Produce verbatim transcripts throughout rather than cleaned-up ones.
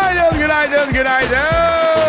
Günaydın, günaydın, günaydın.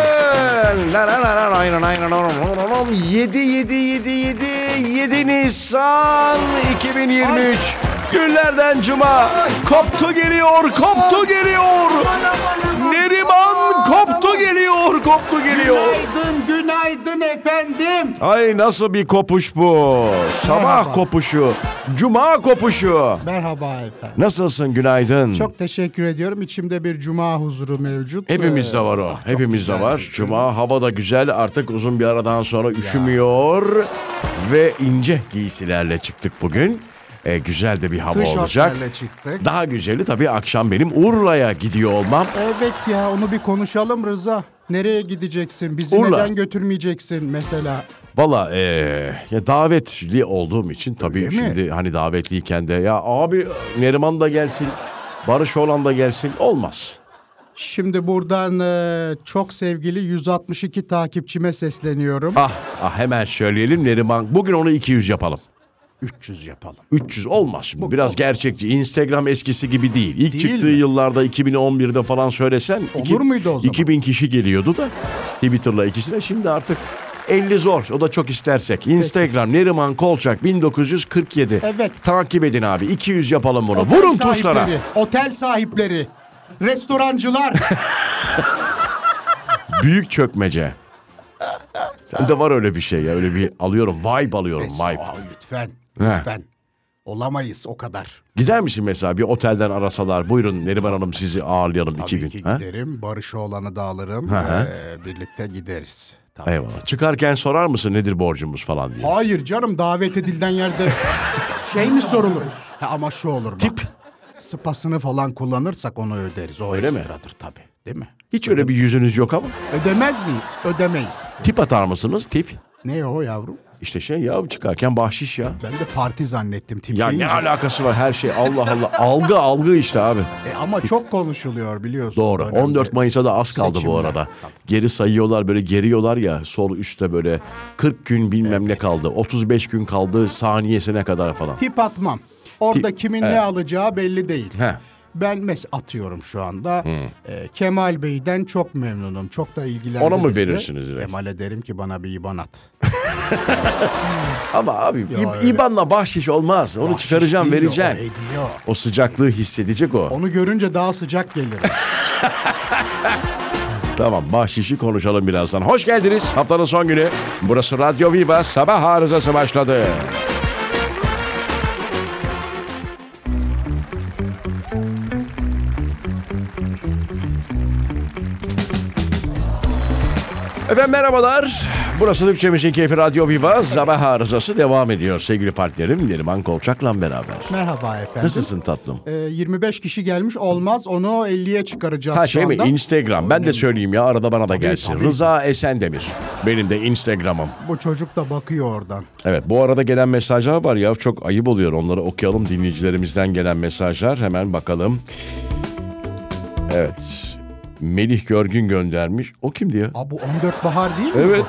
Yedi, yedi, yedi, yedi, yedi Nisan iki bin yirmi üç. Günlerden cuma. Koptu geliyor, koptu geliyor. Neriman koptu geliyor, koptu geliyor. Günaydın, günaydın efendim. Ay nasıl bir kopuş bu? Sabah Merhaba. kopuşu, cuma kopuşu. Merhaba efendim. Nasılsın, günaydın? Çok teşekkür ediyorum. İçimde bir cuma huzuru mevcut. Hepimizde var o. Ah, Hepimizde güzel. var. Cuma hava da güzel. Artık uzun bir aradan sonra üşümüyor. Ve ince giysilerle çıktık bugün. E, güzel de bir hava olacak. Tişörtlerle çıktık. Daha güzeli tabii akşam benim Urla'ya gidiyor olmam. Evet ya, onu bir konuşalım Rıza. Nereye gideceksin? Bizi Urla. neden götürmeyeceksin mesela? Valla e, ya davetli olduğum için tabii Öyle mi? şimdi hani davetliyken de ya abi Neriman da gelsin, Barış Oğlan da gelsin olmaz. Şimdi buradan e, çok sevgili yüz altmış iki takipçime sesleniyorum. Ah, ah hemen söyleyelim Neriman. Bugün onu iki yüz yapalım. üç yüz yapalım. üç yüz olmaz şimdi. Bu- Biraz bu- gerçekçi. Instagram eskisi gibi değil. İlk Değil çıktığı mi? yıllarda iki bin on birde falan söylesen Olur muydu o zaman? iki bin kişi geliyordu da Twitter'la ikisine. Şimdi artık elli zor. O da çok istersek. Instagram Neriman Kolçak bin dokuz yüz kırk yedi. Evet. Takip edin abi. iki yüz yapalım bunu. Otel Vurun sahipleri, tuşlara. Otel sahipleri, restorancılar. Büyük çökmece. Sende var öyle bir şey ya. Öyle bir alıyorum. Vibe alıyorum. Vibe. Aa, lütfen, He. lütfen. Olamayız o kadar. Gider misin mesela bir otelden arasalar? Buyurun Neriman Hanım sizi ağırlayalım iki Tabii gün. ki Ha? giderim. Barış Oğlan'ı da alırım. Hı hı. Ee, birlikte gideriz. Tabii. Eyvallah. Çıkarken sorar mısın nedir borcumuz falan diye. Hayır canım, davet edilen yerde şey mi sorulur? Ha, ama şu olur bak. Tip. Spasını falan kullanırsak onu öderiz. O Öyle mi? ekstradır tabii. Değil mi? Hiç öyle bir yüzünüz yok ama. Ödemez miyiz? Ödemeyiz. Tip atar mısınız? Tip. Ne o yavrum? İşte şey ya çıkarken bahşiş ya. Ben de parti zannettim tip Ya deyince. ne alakası var her şey Allah Allah. Algı algı işte abi. E, ama çok konuşuluyor biliyorsun. Doğru. dönemde. on dört Mayıs'a da az kaldı bu Seçimler. arada. Geri sayıyorlar böyle geriyorlar ya sol üstte böyle kırk gün bilmem ne kaldı. otuz beş gün kaldı saniyesine kadar falan. Tip atmam. Orada Tip- kimin evet. ne alacağı belli değil. Heh. Ben mes atıyorum şu anda. Ee, Kemal Bey'den çok memnunum. Çok da ilgilendi Ona mı bizle. verirsiniz direkt? Kemal'e derim ki bana bir IBAN at. Ama abi Ya İb- öyle. İBAN'la bahşiş olmaz. Onu Bahşiş çıkaracağım değil o, vereceğim. o ediyor. O sıcaklığı hissedecek o. Onu görünce daha sıcak gelirim. Tamam bahşişi konuşalım birazdan. Hoş geldiniz haftanın son günü. Burası Radyo Viva sabah arızası başladı. Efendim merhabalar. Burası Türkçemizin keyfi Radyo Viva. Sabah arızası devam ediyor sevgili partnerim Neriman Kolçak'la beraber. Merhaba efendim. Nasılsın tatlım? Ee, yirmi beş kişi gelmiş, olmaz. Onu elliye çıkaracağız Ha şu şey mi anda. Instagram ben de söyleyeyim ya arada bana da gelsin. tabii. Rıza Esendemir benim de Instagram'ım. Bu çocuk da bakıyor oradan. Evet bu arada gelen mesajlar var ya çok ayıp oluyor onları okuyalım dinleyicilerimizden gelen mesajlar hemen bakalım. Evet Melih Görgün göndermiş o kimdi ya? Aa, bu on dört Bahar değil mi? Evet.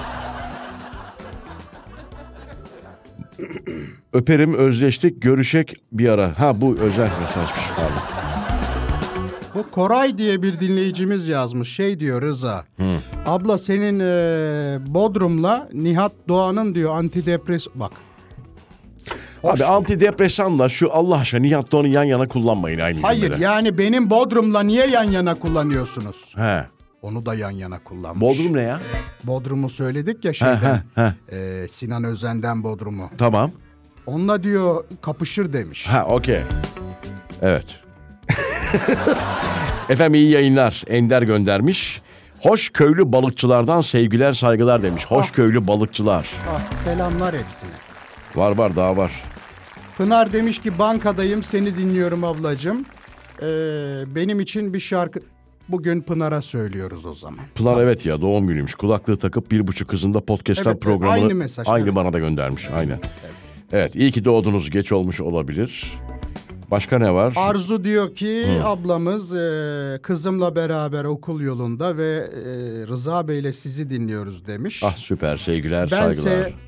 Öperim özleştik görüşek bir ara. Ha bu özel mesajmış pardon. Bu Koray diye bir dinleyicimiz yazmış. Şey diyor Rıza. Abla senin e, Bodrum'la Nihat Doğan'ın diyor antidepres... Bak. Abi antidepresanla şu Allah aşkına Nihat Doğan'ı yan yana kullanmayın aynı Hayır cümlede. yani benim Bodrum'la niye yan yana kullanıyorsunuz? He. Onu da yan yana kullanmış. Bodrum ne ya? Bodrum'u söyledik ya He, şeyden. he, he. e, Sinan Özen'den Bodrum'u. Tamam. Onunla diyor kapışır demiş. Ha okey. Evet. Efendim iyi yayınlar. Ender göndermiş. Hoş köylü balıkçılardan sevgiler saygılar demiş. Hoş Ah. köylü balıkçılar. Ah, selamlar hepsine. Var var daha var. Pınar demiş ki bankadayım seni dinliyorum ablacığım. Ee, benim için bir şarkı... Bugün Pınar'a söylüyoruz o zaman. Pınar evet ya doğum günüymüş. Kulaklığı takıp bir buçuk hızında podcastler Evet, programını aynı mesaj, aynı evet. bana da göndermiş. Aynen. Evet iyi ki doğdunuz geç olmuş olabilir. Başka ne var? Arzu diyor ki ablamız e, kızımla beraber okul yolunda ve e, Rıza Bey'le sizi dinliyoruz demiş. Ah süper sevgiler Bense saygılar.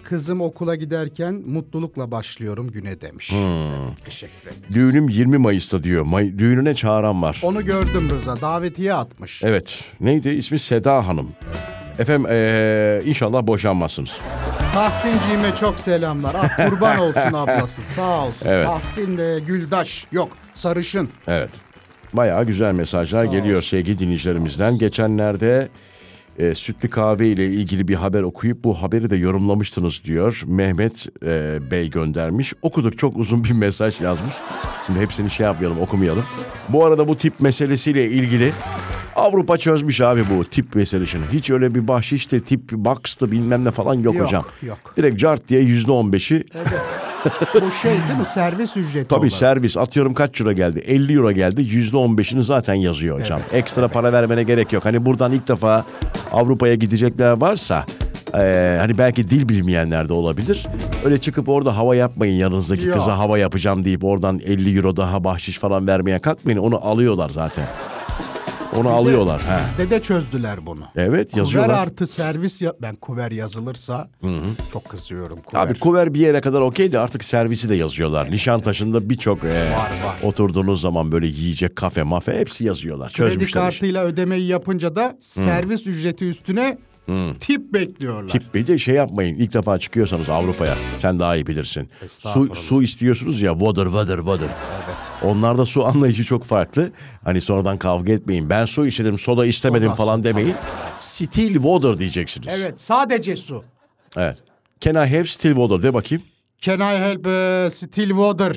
Kızım okula giderken mutlulukla başlıyorum güne demiş. Evet, teşekkür ederim. Düğünüm yirmi Mayıs'ta diyor. May- düğününe çağıran var. Onu gördüm Rıza. Davetiye atmış. Evet. Neydi? İsmi Seda Hanım. Efendim ee, inşallah boşanmazsınız. Tahsinciğime çok selamlar. Ah, kurban olsun ablası. Sağ olsun. Evet. Tahsin e, Güldaş. Yok, sarışın. Evet. Bayağı güzel mesajlar Sağ geliyor olsun. sevgili dinleyicilerimizden. Geçenlerde e, sütlü kahve ile ilgili bir haber okuyup bu haberi de yorumlamıştınız diyor. Mehmet e, Bey göndermiş. Okuduk, çok uzun bir mesaj yazmış. Şimdi hepsini şey yapmayalım, okumayalım. Bu arada bu tip meselesiyle ilgili Avrupa çözmüş abi bu tip meselesini. Hiç öyle bir bahşişte tip box'tı bilmem ne falan yok, Yok, hocam. yok. Direkt cart diye yüzde on beşi. Bu şey değil mi? Servis ücreti Tabii olarak. servis, atıyorum kaç euro geldi? elli euro geldi. yüzde on beşini zaten yazıyor hocam. Evet, Ekstra evet. para vermene gerek yok. Hani buradan ilk defa Avrupa'ya gidecekler varsa e, hani belki dil bilmeyenler de olabilir. Öyle çıkıp orada hava yapmayın, yanınızdaki Yok. kıza hava yapacağım deyip oradan elli euro daha bahşiş falan vermeye kalkmayın. Onu alıyorlar zaten. Onu alıyorlar. He. Bizde de çözdüler bunu. Evet, Kuver yazıyorlar. artı servis ya ben kuver yazılırsa çok kızıyorum kuver. Abi kuver bir yere kadar okey de artık servisi de yazıyorlar. Nişantaşı'nda birçok e, var. oturduğunuz zaman böyle yiyecek kafe mafe hepsi yazıyorlar. Kredi Çözmüşler işi. kartıyla ödemeyi yapınca da servis ücreti üstüne tip bekliyorlar. Tip bir de şey yapmayın. İlk defa çıkıyorsanız Avrupa'ya, sen daha iyi bilirsin. Su, Estağfurullah. su istiyorsunuz ya, water water water. Onlarda su anlayışı çok farklı. Hani sonradan kavga etmeyin. Ben su istedim, soda istemedim Soda, falan soda. demeyin. Still water diyeceksiniz. Evet, sadece su. Evet. Can I have still water de bakayım. Can I help uh, still water?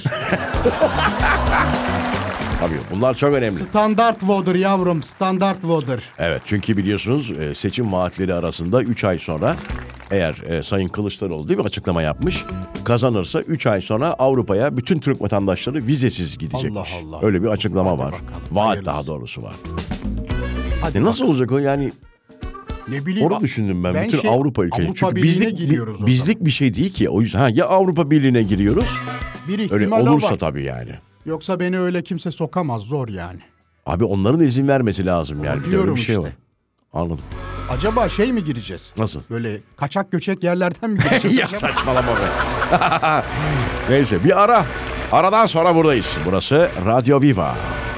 Tabii bunlar çok önemli. Standart water yavrum, standart water. Evet, çünkü biliyorsunuz e, seçim vaatleri arasında üç ay sonra eğer e, Sayın Kılıçdaroğlu değil mi açıklama yapmış, kazanırsa üç ay sonra Avrupa'ya bütün Türk vatandaşları vizesiz gidecekmiş. Allah Allah. Öyle bir açıklama Hadi var. bakalım, Vaat hayırlısı. daha doğrusu var. Hadi E nasıl bakalım. olacak o yani? Ne bileyim. Onu düşündüm ben, bütün şey, Avrupa ülkeleri. Avrupa Çünkü Birliği'ne bizlik giriyoruz o bizlik bir şey değil ki. O yüzden ha, ya Avrupa Birliği'ne giriyoruz. Bir Öyle ihtimal o olursa var. tabii yani. Yoksa beni öyle kimse sokamaz, zor yani. Abi onların izin vermesi lazım yani. Bir de öyle diyorum bir şey işte. var. Anladım. Acaba şey mi gireceğiz? Nasıl? Böyle kaçak göçek yerlerden mi gireceğiz? Ya acaba? saçmalama be. Neyse bir ara. Aradan sonra buradayız. Burası Radyo Viva.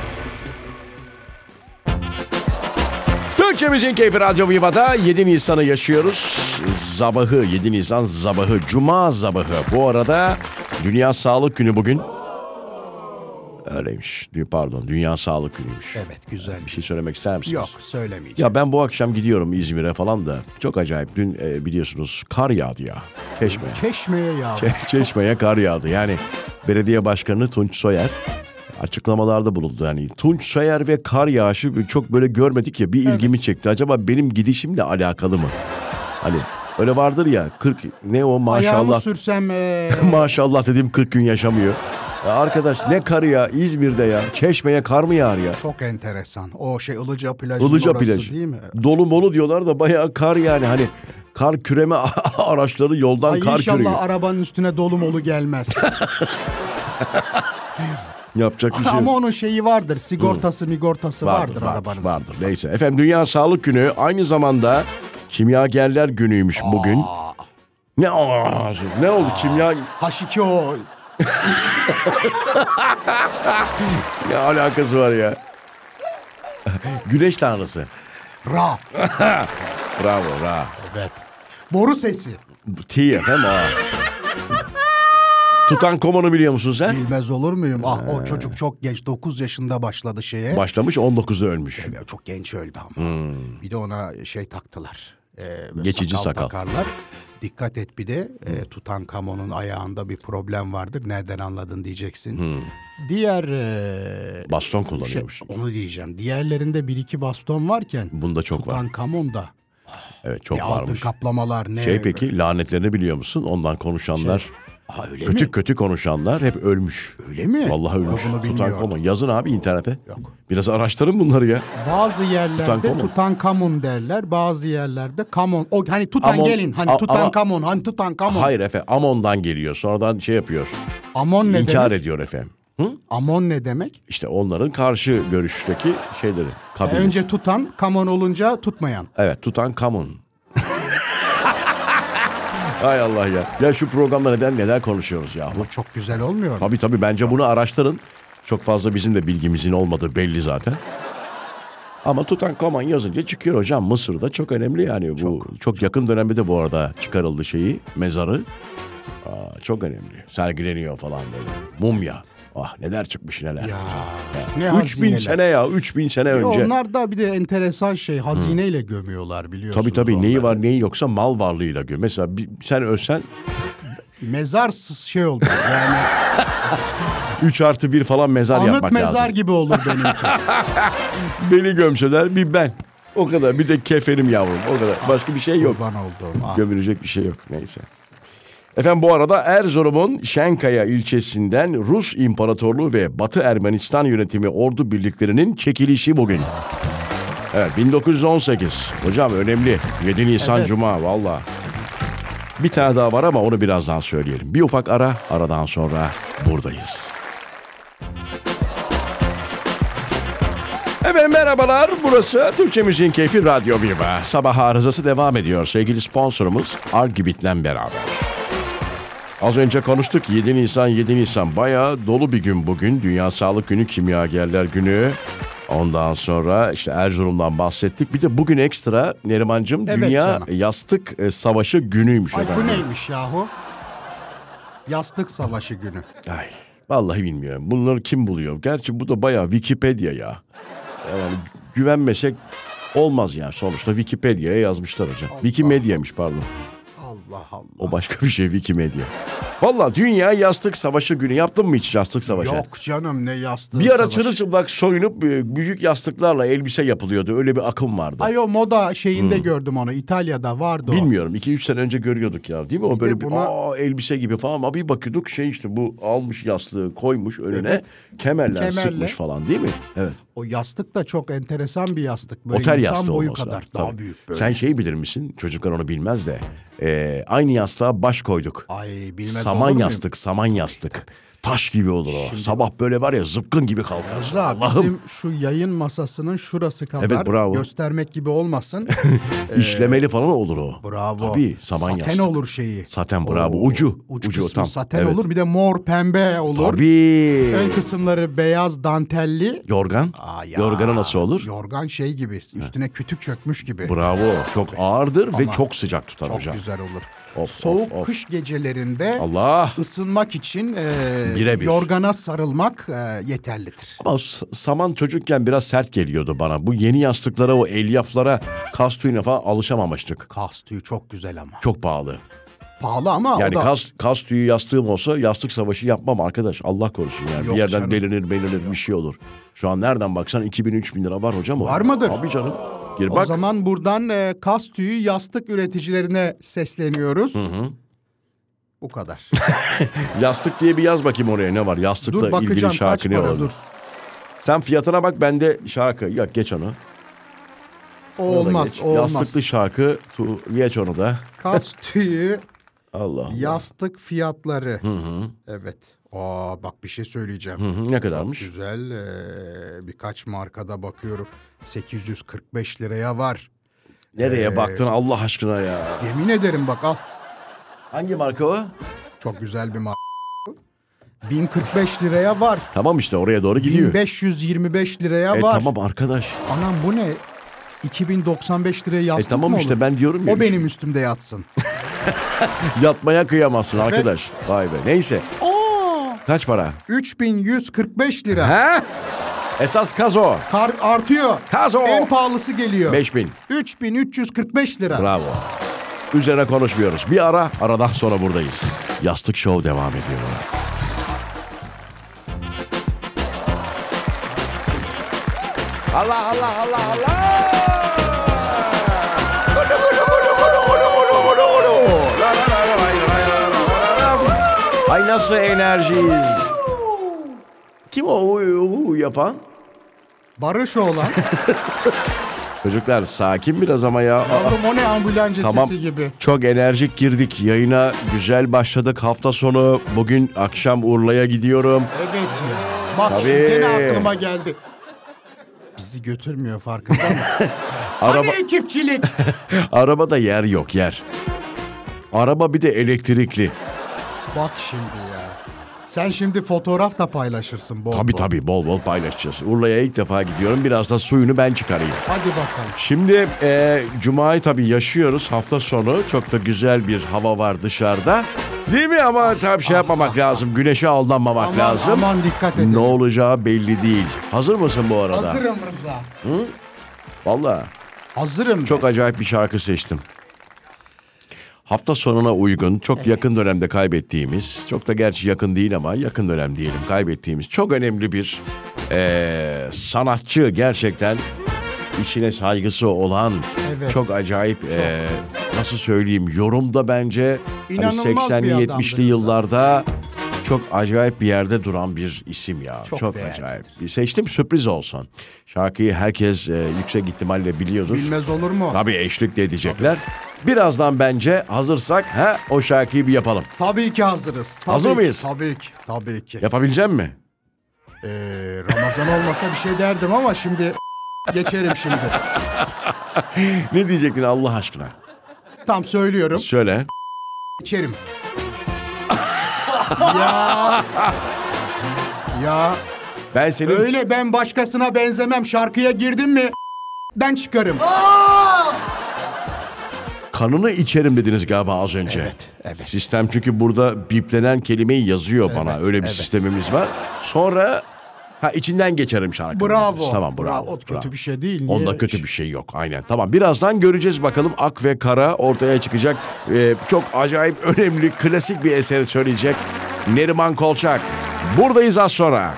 Türkçemizin keyfi Radyo Viva'da yedi Nisan'ı yaşıyoruz. Zabahı, yedi Nisan zabahı, Cuma zabahı. Bu arada Dünya Sağlık Günü bugün. Öyleymiş. Pardon, Dünya Sağlık Günü'ymüş. Evet, güzel. Bir şey söylemek ister misiniz? Yok, söylemeyeceğim. Ya ben bu akşam gidiyorum İzmir'e falan da. Çok acayip. Dün e, biliyorsunuz kar yağdı ya. Çeşme'ye. Çeşmeye yağdı. Çe- Çeşme'ye kar yağdı. Yani belediye başkanı Tunç Soyer açıklamalarda bulundu. Yani Tunç Soyer ve kar yağışı çok böyle görmedik ya, bir ilgimi çekti. Acaba benim gidişimle alakalı mı? Hani öyle vardır ya, kırk ne o Ayağımı maşallah. sürsem ee, Maşallah dediğim kırk gün yaşamıyor. Ya arkadaş ne karı ya İzmir'de ya. Çeşme'ye kar mı yağar ya? çok enteresan. O şey Ilıca plajının Ilıca orası plajı. değil mi? Dolu molu diyorlar da bayağı kar yani. Hani kar küreme araçları yoldan Ay kar inşallah kürüyor. arabanın üstüne dolu molu gelmez. Yapacak bir şey yok. Ama onun şeyi vardır. Sigortası migortası vardır, arabanın. Vardır. Neyse. Efendim Dünya Sağlık Günü aynı zamanda Kimyagerler Günü'ymüş bugün. Ne aa, ne oldu kimya? H iki O. Ne alakası var ya? Güneş tanrısı. Ra. Bravo, Ra. Evet. Boru sesi. T efendim ha. Tutankamon'u biliyor musun sen? Bilmez olur muyum? Ah o çocuk çok genç. dokuz yaşında başladı şeye. Başlamış on dokuzda ölmüş. Ya, çok genç öldü ama. Bir de ona şey taktılar. Ee, böyle Geçici sakal. takarlar. Dikkat et bir de e, Tutankamon'un ayağında bir problem vardır. Nereden anladın diyeceksin. Diğer e, Baston şey, kullanıyormuş. onu diyeceğim. Diğerlerinde bir iki baston varken Bunda çok var. Tutankamon'da Evet, çok ne altın varmış. kaplamalar ne. Şey peki lanetlerini biliyor musun? Ondan konuşanlar, Aa, öyle kötü mi? kötü konuşanlar hep ölmüş. Öyle mi? Vallahi ölmüş. Bunu bilmiyordum. Tutankamon. Yazın abi internete. Yok. Biraz araştırın bunları ya. Bazı yerlerde Tutankamon. Tutankamun derler. Bazı yerlerde Kamon. O hani Tutan Amon- gelin. Hani A- Tutankamon. Hani Tutankamon. Hayır efendim, Amon'dan geliyor. Sonradan şey yapıyor. Amon ne İnkar demek? ediyor efendim. Hı? Amon ne demek? İşte onların karşı görüşteki şeyleri. Kabilesi. Önce tutan, Kamon olunca tutmayan. Evet, Tutankamon. Hay Allah ya. Ya şu programda neden neler konuşuyoruz ya? Ama çok güzel olmuyor mu? Tabii tabii bence bunu araştırın. Çok fazla bizim de bilgimizin olmadığı belli zaten. Ama Tutankamon yazınca çıkıyor hocam. Mısır'da çok önemli yani. Bu çok, çok yakın dönemde de bu arada çıkarıldı şeyi, mezarı. Aa, çok önemli. Sergileniyor falan böyle. Mumya. Ah neler çıkmış neler. Ya, ya. ne üç bin sene ya. üç bin sene ya önce. Onlar da bir de enteresan şey. Hazineyle hmm. gömüyorlar biliyorsunuz. Tabii tabii. Onları. Neyi var neyi yoksa mal varlığıyla göm. Mesela bir, sen ölsen. Mezar şey oldu yani. üç artı bir falan mezar Anıt yapmak lazım. Anıt mezar gibi olur benimki. Beni gömseler bir ben. O kadar. Bir de kefenim yavrum. O kadar. Başka bir şey yok. Kurban oldum. Ah. Gömülecek bir şey yok. Neyse. Efendim bu arada Erzurum'un Şenkaya ilçesinden Rus İmparatorluğu ve Batı Ermenistan yönetimi ordu birliklerinin çekilişi bugün. Evet bin dokuz yüz on sekiz. Hocam önemli. yedi Nisan evet. Cuma valla. Bir tane daha var ama onu birazdan söyleyelim. Bir ufak ara, aradan sonra buradayız. Efendim merhabalar, burası Türkçe Müziğin Keyfi Radyo Viva. Sabah arızası devam ediyor. Sevgili sponsorumuz Argibit'le beraber. Az önce konuştuk yedi Nisan, yedi Nisan bayağı dolu bir gün bugün. Dünya Sağlık Günü, Kimyagerler Günü. Ondan sonra işte Erzurum'dan bahsettik. Bir de bugün ekstra Nerimancığım evet, Dünya canım. Yastık Savaşı Günü'ymüş. Ay efendim. Bu neymiş yahu? Yastık Savaşı Günü. Ay vallahi bilmiyorum. Bunları kim buluyor? Gerçi bu da bayağı Wikipedia ya. Yani güvenmesek olmaz yani. Sonuçta Wikipedia'ya yazmışlar hocam. Allah Wikimedia'ymış pardon. Allah Allah. O başka bir şey Wikimedia. Vallahi Dünya Yastık Savaşı Günü. Yaptın mı hiç yastık savaşı? Yok canım ne yastığı Bir ara savaşı. çırılçıplak soyunup büyük yastıklarla elbise yapılıyordu. Öyle bir akım vardı. Ay o moda şeyinde hmm. gördüm onu. İtalya'da vardı o. Bilmiyorum. iki üç sene önce görüyorduk ya. Değil mi? O bir böyle bir buna... aa, elbise gibi falan. Ama bir bakıyorduk şey işte bu almış yastığı koymuş önüne. Evet. Kemerler Kemerle. sıkmış falan değil mi? Evet. O yastık da çok enteresan bir yastık. Böyle otel insan yastığı boyu olması kadar. Tabii. Daha büyük böyle. Sen şey bilir misin? Çocuklar onu bilmez de. Ee, aynı yastığa baş koyduk. Ay bilmez saman yastık, saman yastık. Taş gibi olur o. Şimdi, sabah böyle var ya zıpkın gibi kalkarız. Bizim şu yayın masasının şurası kadar evet, bravo. Göstermek gibi olmasın. İşlemeli ee, falan olur o. Bravo. Tabii saman saten yastık. olur şeyi. Saten bravo. Oo, ucu. Uç ucu kısmı tam. saten evet. olur. Bir de mor pembe olur. Tabii. Ön kısımları beyaz dantelli. Yorgan. Aa, ya. Yorganı nasıl olur? Yorgan şey gibi. Üstüne ha. kütük çökmüş gibi. Bravo. Çok ağırdır ama ve çok sıcak tutar çok hocam. Çok güzel olur. Of, Soğuk of, of. kış gecelerinde Allah. ısınmak için e, yorgana sarılmak e, yeterlidir. Ama saman çocukken biraz sert geliyordu bana. Bu yeni yastıklara, o elyaflara, kas tüyüne falan alışamamıştık. Kas tüyü çok güzel ama. Çok pahalı. Pahalı ama yani o da... kas, kas tüyü yastığım olsa yastık savaşı yapmam arkadaş. Allah korusun yani. Yok bir yerden canım. delinir belinir bir şey olur. Şu an nereden baksan iki bin üç bin lira var hocam. Var mıdır? Tabii canım. Gir o bak. zaman buradan e, kas tüyü yastık üreticilerine sesleniyoruz. Hı hı. Bu kadar. Yastık diye bir yaz bakayım oraya ne var. Yastıkla dur, ilgili şarkı ne olur. Dur. Sen fiyatına bak ben de şarkı. Yok geç onu. O onu olmaz. O Yastıklı olmaz. şarkı tu, geç onu da. Kas tüyü Allah Allah. Yastık fiyatları. Hı hı. Evet. Aa bak bir şey söyleyeceğim. Hı hı, ne kadarmış? Çok güzel. Ee, birkaç markada bakıyorum. sekiz yüz kırk beş liraya var. Nereye ee, baktın Allah aşkına ya? Yemin ederim bak al. Hangi marka o? Çok güzel bir marka. bin kırk beş liraya var. Tamam işte oraya doğru gidiyor. bin beş yüz yirmi beş liraya e, var. Tamam arkadaş. Anam bu ne? iki bin doksan beş liraya yastık e, tamam mı işte olur? Ben diyorum ya. O benim üstümde yatsın. Yatmaya kıyamazsın arkadaş. Evet. Vay be neyse. Oo. Kaç para? üç bin yüz kırk beş lira. He? Esas kazo. Kar artıyor. Kazo. En pahalısı geliyor. beş bin. üç bin üç yüz kırk beş lira. Bravo. Üzerine konuşmuyoruz. Bir ara, aradan sonra buradayız. Yastık Show devam ediyor. Allah Allah Allah Allah! Ay nasıl enerjiyiz? Kim o u, u yapan? Barış oğlan. Çocuklar sakin biraz ama ya. Yavrum o ne ambulancı tamam, sesi gibi. Çok enerjik girdik. Yayına güzel başladık hafta sonu. Bugün akşam Urla'ya gidiyorum. Evet ya. Bak tabii. Şimdi gene aklıma geldi. Bizi götürmüyor farkında mısın? Araba... Hani ekipçilik? Arabada yer yok yer. Araba bir de elektrikli. Bak şimdi ya. Sen şimdi fotoğraf da paylaşırsın bol Tabii bol. tabii bol bol paylaşacağız. Urla'ya ilk defa gidiyorum. Biraz da suyunu ben çıkarayım. Hadi bakalım. Şimdi e, Cuma'yı tabii yaşıyoruz hafta sonu. Çok da güzel bir hava var dışarıda. Değil mi? Ama tabii şey yapmamak lazım. Güneşe aldanmamak Aman, lazım. aman dikkat edin. Ne olacağı belli değil. Hazır mısın bu arada? Hazırım Rıza. Vallahi Hazırım. çok acayip bir şarkı seçtim. Hafta sonuna uygun, çok yakın dönemde kaybettiğimiz, çok da gerçi yakın değil ama yakın dönem diyelim kaybettiğimiz çok önemli bir eee, sanatçı, gerçekten işine saygısı olan, Evet. çok acayip eee, nasıl söyleyeyim, yorumda bence hani İnanılmaz bir seksenli adamdır yetmişli Rıza. yıllarda çok acayip bir yerde duran bir isim ya. Çok Çok, değerlidir. acayip. Seçtim, sürpriz olsun. Şarkıyı herkes eee, yüksek ihtimalle biliyordur. Bilmez olur mu? Tabii eşlik de edecekler. Birazdan bence hazırsak ha o şarkıyı bir yapalım. Tabii ki hazırız. Tabii Hazır ki, mıyız? Tabii ki. Tabii ki. Yapabilecek mi? Ee, Ramazan olmasa bir şey derdim ama şimdi geçerim şimdi. Ne diyecektin Allah aşkına? Tam söylüyorum. Söyle. İçerim. ya. Ya. Ben senin Öyle ben başkasına benzemem. Şarkıya girdim mi den çıkarım. kanını içerim dediniz galiba az önce. Evet, evet. Sistem çünkü burada biplenen kelimeyi yazıyor bana. Öyle bir evet. sistemimiz var. Sonra ha içinden geçerim şarkıyı. Bravo. Tamam bravo. O kötü bravo. bir şey değil. Onda Niye? kötü bir şey yok. Aynen. Tamam. Birazdan göreceğiz bakalım ak ve kara ortaya çıkacak. Ee, çok acayip önemli klasik bir eser söyleyecek Neriman Kolçak. Buradayız az sonra.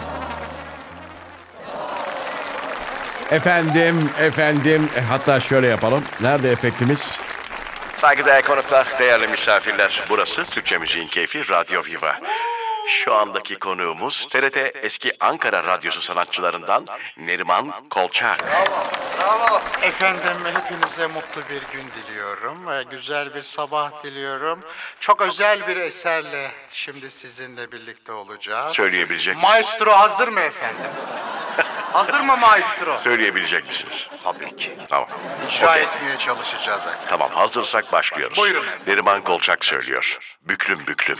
Efendim, efendim. E, hatta şöyle yapalım. Nerede efektimiz? Saygıdeğer konuklar, değerli misafirler. Burası Türkçe Müziğin Keyfi Radyo Viva. Şu andaki konuğumuz T R T eski Ankara Radyosu sanatçılarından Neriman Kolçak. Efendim hepinize mutlu bir gün diliyorum. Ee, Güzel bir sabah diliyorum. Çok özel bir eserle şimdi sizinle birlikte olacağız. Söyleyebilecek misiniz? Maestro hazır mı efendim? Hazır mı maestro? Söyleyebilecek misiniz? Tabii ki. Tamam. İcra etmeye çalışacağız efendim. Tamam, hazırsak başlıyoruz. Buyurun efendim. Neriman Kolçak söylüyor. Büklüm büklüm.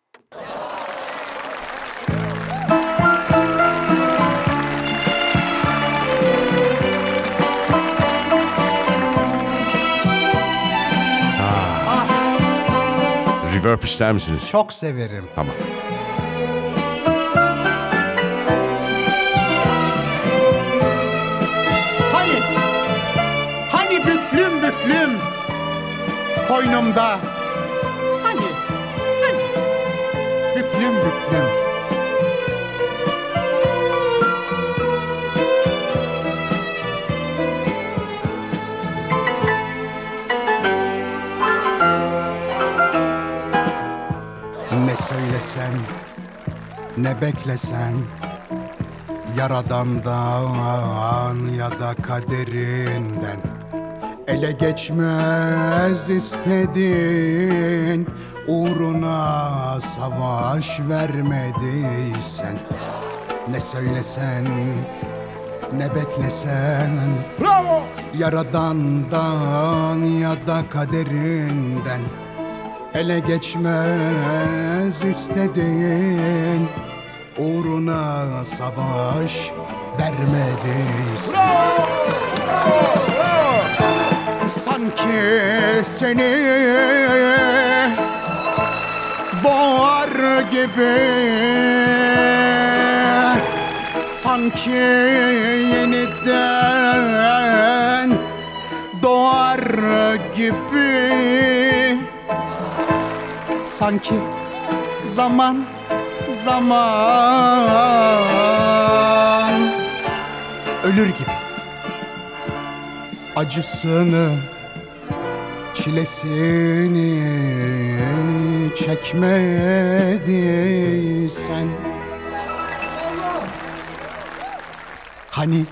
Reverb ister misiniz? Çok severim. Tamam. Hani, hani büklüm büklüm koynumda. Hani, hani büklüm büklüm. Ne söylesen, ne beklesen, Yaradan'dan ya da kaderinden ele geçmez istedin, uğruna savaş vermediysen. Ne söylesen, ne beklesen, Bravo! Yaradan'dan ya da kaderinden ele geçmez istedin, uğruna savaş vermediysen. Sanki seni boğar gibi, sanki yeniden doğar gibi, sanki zaman zaman ölür gibi, acısını çilesini çekmediysen. Hani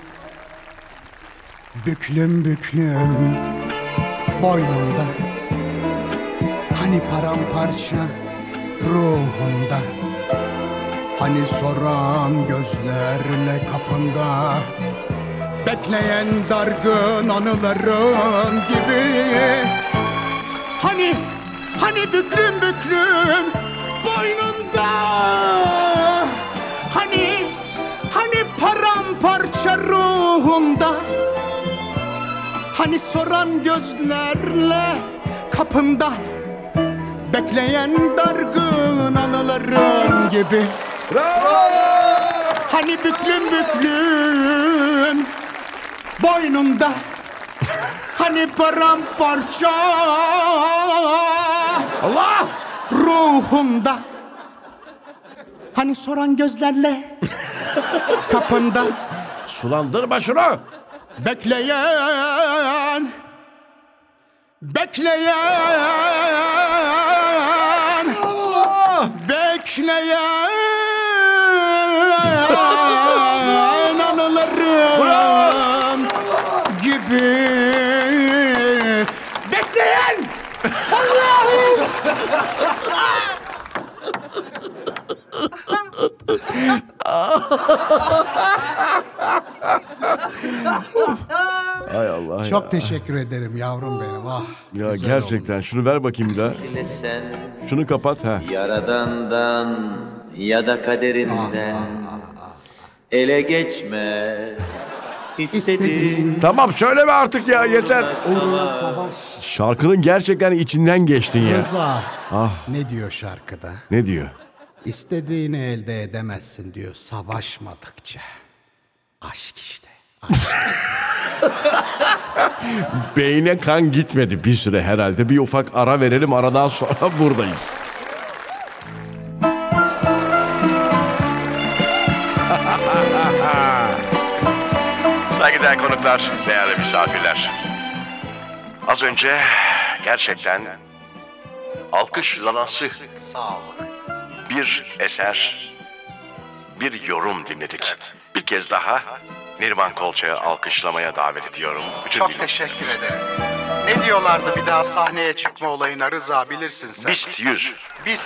büklüm büklüm boynunda, hani paramparça ruhunda, hani soran gözlerle kapında, bekleyen dargın anıların gibi. Hani Hani büklüm büklüm boynunda, Hani, hani paramparça ruhunda, Hani soran gözlerle kapında bekleyen dargın anıların gibi. Hani büklüm büklüm boynunda, Hani paramparça Allah! ruhunda, Hani soran gözlerle kapında Sulandırma şunu! bekleyen, bekleyen, bekleyen anılarım gibi. Bekleyen! Allah'ım! Hay Allah Çok ya. teşekkür ederim yavrum benim. Ah. Ya güzel gerçekten oldu. şunu ver bakayım bir daha. Sen Şunu kapat ha. Yaradan'dan ya da kaderinden ele geçmez istediğin Tamam söyleme artık ya yeter. Uğruna savaş. Şarkının gerçekten içinden geçtin ya. Rıza. Ah Ne diyor şarkıda? ne diyor? İstediğini elde edemezsin diyor savaşmadıkça. Aşk işte. Beyne kan gitmedi bir süre herhalde. Bir ufak ara verelim, aradan sonra buradayız. Saygıdeğer konuklar, değerli misafirler. Az önce gerçekten alkışlanası Sağ olun. bir eser, bir yorum dinledik. Bir kez daha Neriman Kolçak'ı alkışlamaya davet ediyorum. Bütün Çok dinle- teşekkür ederim. Ne diyorlardı bir daha sahneye çıkma olayına Rıza, bilirsin sen. Bist yüz. Bist.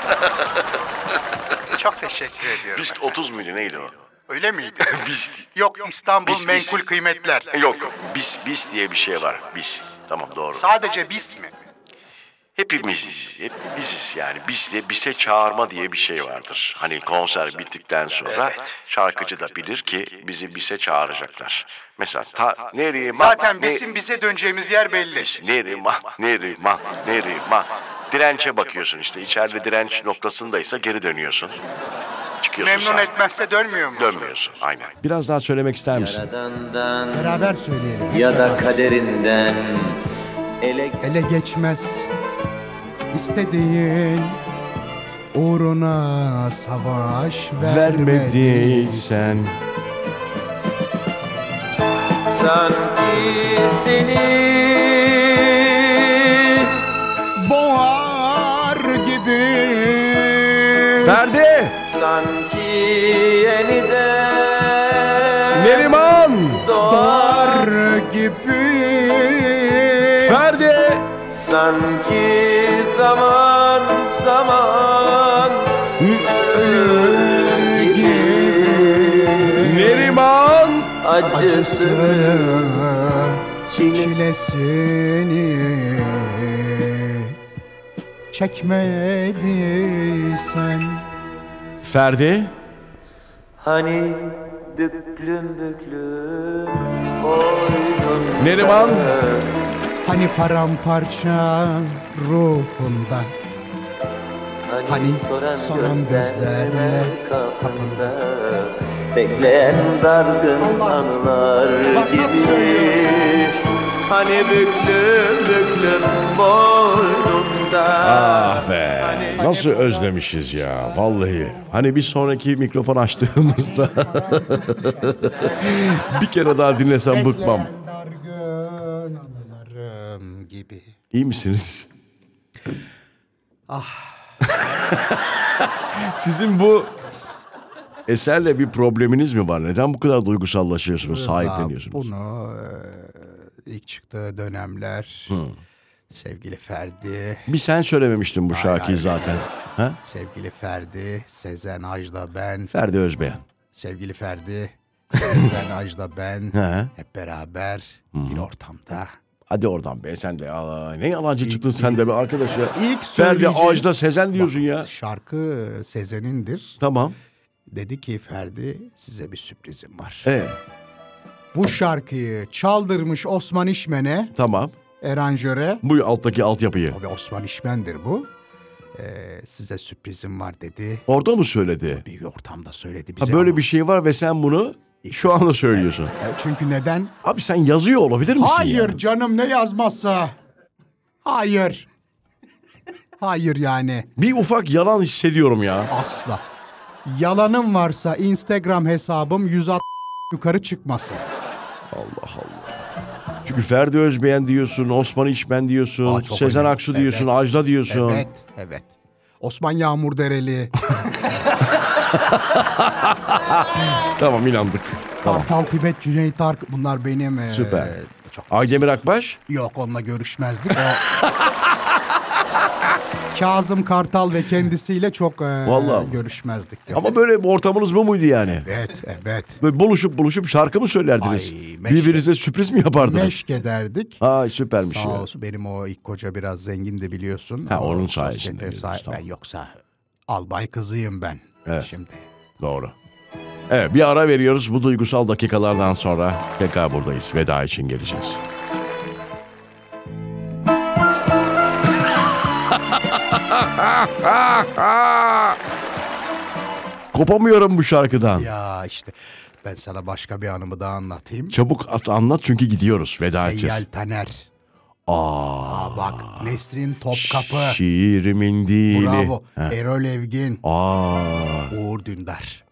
Çok teşekkür ediyorum. Bist otuz muydu neydi o? Öyle miydi? Bist. Yok, İstanbul Bis, bis. Menkul Kıymetler. Yok yok. Bis, bis diye bir şey var. Bis. Tamam doğru. Sadece bis mi? Hepimiziz. Hepimiziz yani. Bis de bise çağırma diye bir şey vardır. Hani konser bittikten sonra Evet. şarkıcı da bilir ki bizi bise çağıracaklar. Mesela ta nereye ma Zaten ne- bizim bize döneceğimiz yer belli. Neriman, Neriman, Neriman. Dirençe bakıyorsun işte. İçeride direnç noktasındaysa geri dönüyorsun. Çıkıyorsun Memnun sahneye. etmezse dönmüyor musun? Dönmüyorsun aynen. Biraz daha söylemek ister misin? Yaradan'dan Beraber söyleyelim. hep ya da beraber. kaderinden ele Ele geçmez istediğin, uğruna savaş vermediysen. sanki seni Boğar gibi Ferdi! sanki yeniden Neriman! doğar dar gibi Ferdi! sanki zaman zaman ölür gibi Neriman! acısını çile çilesini çekmediysen. Ferdi! hani büklüm büklüm boynunda Neriman! Hani paramparça ruhunda, hani soran gözlerle kapında bekleyen dargın Allah! anılar Bak nasıl söylüyor. gibi hani büklüm büklüm boynunda Ah be! Nasıl özlemişiz ya vallahi. Hani bir sonraki mikrofon açtığımızda bir kere daha dinlesem bıkmam. Bekleyen dargın anılarım gibi. İyi misiniz? Ah. Sizin bu eserle bir probleminiz mi var? Neden bu kadar duygusallaşıyorsunuz, Rıza, sahipleniyorsunuz? Bunu e, ilk çıktığı dönemler sevgili Ferdi, Bir sen söylememiştin bu şarkıyı hayır. zaten. Ha? sevgili Ferdi, Sezen Ajda ben, Ferdi Özbeğen. sevgili Ferdi, Sezen Ajda ben He. hep beraber bir ortamda Hadi oradan be sen de. Aa, ne yalancı çıktın sen de be arkadaş ya. İlk Ferdi söyleyeceğim- Ajda Sezen diyorsun ya. Şarkı Sezen'indir. Tamam. Dedi ki Ferdi size bir sürprizim var. Ee, Bu şarkıyı çaldırmış Osman İşmen'e, tamam. aranjöre. Bu alttaki altyapıyı. Tabii Osman İşmen'dir bu. Ee, size sürprizim var dedi. Orada mı söyledi? Bir ortamda söyledi Ha, bize. böyle ama- bir şey var ve sen bunu şu anda söylüyorsun. E, Çünkü neden? Abi sen yazıyor olabilir misin Hayır ya? canım, ne yazmazsa. Hayır. Hayır yani. Bir ufak yalan hissediyorum ya. Asla. Yalanım varsa Instagram hesabım yüz altmış yukarı çıkmasın. Allah Allah. Çünkü Ferdi Özbeğen diyorsun, Osman İşmen diyorsun, Aa, çok Sezen önemli. Aksu diyorsun, Evet. Ajda diyorsun. Evet, evet. Osman Yağmurdereli, Tamam inandık. Tamam. Kartal Tibet, Cüneyt Ark, bunlar benim... e, Süper. Çok Aydemir Akbaş? Yok, onunla görüşmezdik. O... Kazım Kartal ve kendisiyle çok e, Vallahi. görüşmezdik. Yok. Ama böyle bir ortamınız bu muydu yani? Evet, evet. Böyle buluşup buluşup şarkı mı söylerdiniz? Ay, meşke- Birbirinize sürpriz mi yapardınız? Meşk ederdik. Ay süpermiş Sağ ya. olsun, benim o ilk koca biraz zengindi biliyorsun. Ha, onun O sayesinde sosyete diyoruz, sahi- tamam. Ben yoksa albay kızıyım ben Evet. şimdi. Doğru. Evet bir ara veriyoruz. Bu duygusal dakikalardan sonra tekrar buradayız. Veda için geleceğiz. Kopamıyorum bu şarkıdan. Ya işte ben sana başka bir anımı daha anlatayım. Çabuk at, anlat çünkü gidiyoruz. Veda edeceğiz. Seyyal Taner. Aa, Aa, bak Nesrin Topkapı. şiirimin dili. Bravo. Heh. Erol Evgin. Aa, Uğur Dündar.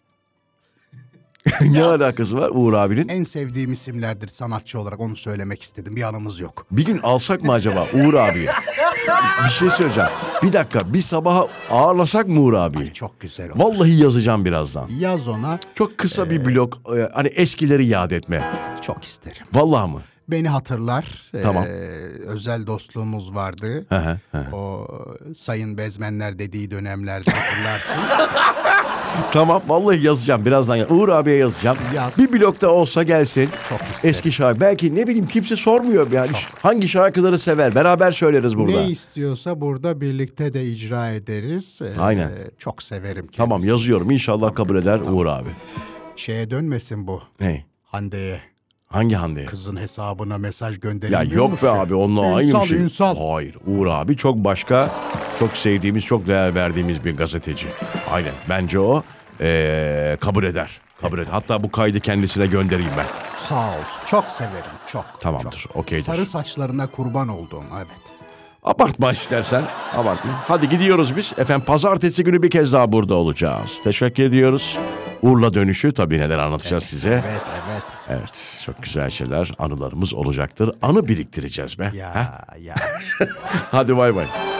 ne alakası var Uğur abinin? En sevdiğim isimlerdir sanatçı olarak, onu söylemek istedim. Bir anımız yok. Bir gün alsak mı acaba Uğur abiyi? Bir şey söyleyeceğim. Bir dakika bir sabaha ağırlasak mı Uğur abiyi? Çok güzel olur. Vallahi yazacağım birazdan. Yaz ona, Çok kısa bir blok e, hani eskileri yad etme. çok isterim. Vallahi mı? Beni hatırlar. Tamam. Ee, özel dostluğumuz vardı. Hı hı, hı. O Sayın Bezmenler dediği dönemlerde hatırlarsın. Tamam vallahi yazacağım birazdan. ya- Uğur abiye yazacağım. Yaz. Bir blokta olsa gelsin. Çok isterim. Eski şarkı. Belki ne bileyim kimse sormuyor yani. Hangi şarkıları sever? Beraber söyleriz burada. Ne istiyorsa burada birlikte de icra ederiz. Ee, Aynen. Çok severim kendisini. Tamam yazıyorum. İnşallah kabul eder Uğur abi. Şeye dönmesin bu. Ne? Hande'ye. Hangi Hande? Kızın hesabına mesaj gönderin. Ya yok be abi onunla aynı Ünsal, bir şey. Ünsal. Hayır Uğur abi çok başka, çok sevdiğimiz, çok değer verdiğimiz bir gazeteci. Aynen bence o ee, kabul eder. Kabul eder. Hatta bu kaydı kendisine göndereyim ben. Sağ olsun. Çok severim. Çok. Tamamdır, çok. okeydir. Sarı saçlarına kurban olduğum, evet. Abartma istersen. Abartma. Hadi gidiyoruz biz. Efendim pazartesi günü bir kez daha burada olacağız. Teşekkür ediyoruz. Urla dönüşü tabii neler anlatacağız size. Evet, evet. Evet çok güzel şeyler, anılarımız olacaktır. Anı biriktireceğiz be. Ya, Heh? ya. Hadi bay bay.